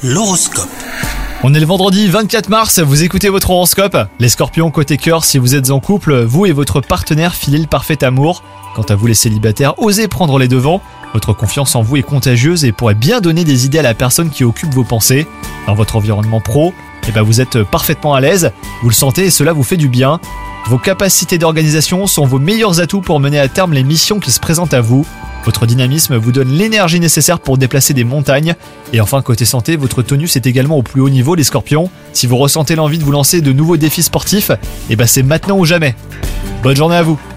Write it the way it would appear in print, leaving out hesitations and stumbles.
L'horoscope. On est le vendredi 24 mars, vous écoutez votre horoscope. Les scorpions côté cœur, si vous êtes en couple, vous et votre partenaire filez le parfait amour. Quant à vous les célibataires, osez prendre les devants. Votre confiance en vous est contagieuse et pourrait bien donner des idées à la personne qui occupe vos pensées. Dans votre environnement pro, vous êtes parfaitement à l'aise, vous le sentez et cela vous fait du bien. Vos capacités d'organisation sont vos meilleurs atouts pour mener à terme les missions qui se présentent à vous. Votre dynamisme vous donne l'énergie nécessaire pour déplacer des montagnes. Et enfin, côté santé, votre tonus est également au plus haut niveau, les scorpions. Si vous ressentez l'envie de vous lancer de nouveaux défis sportifs, c'est maintenant ou jamais. Bonne journée à vous.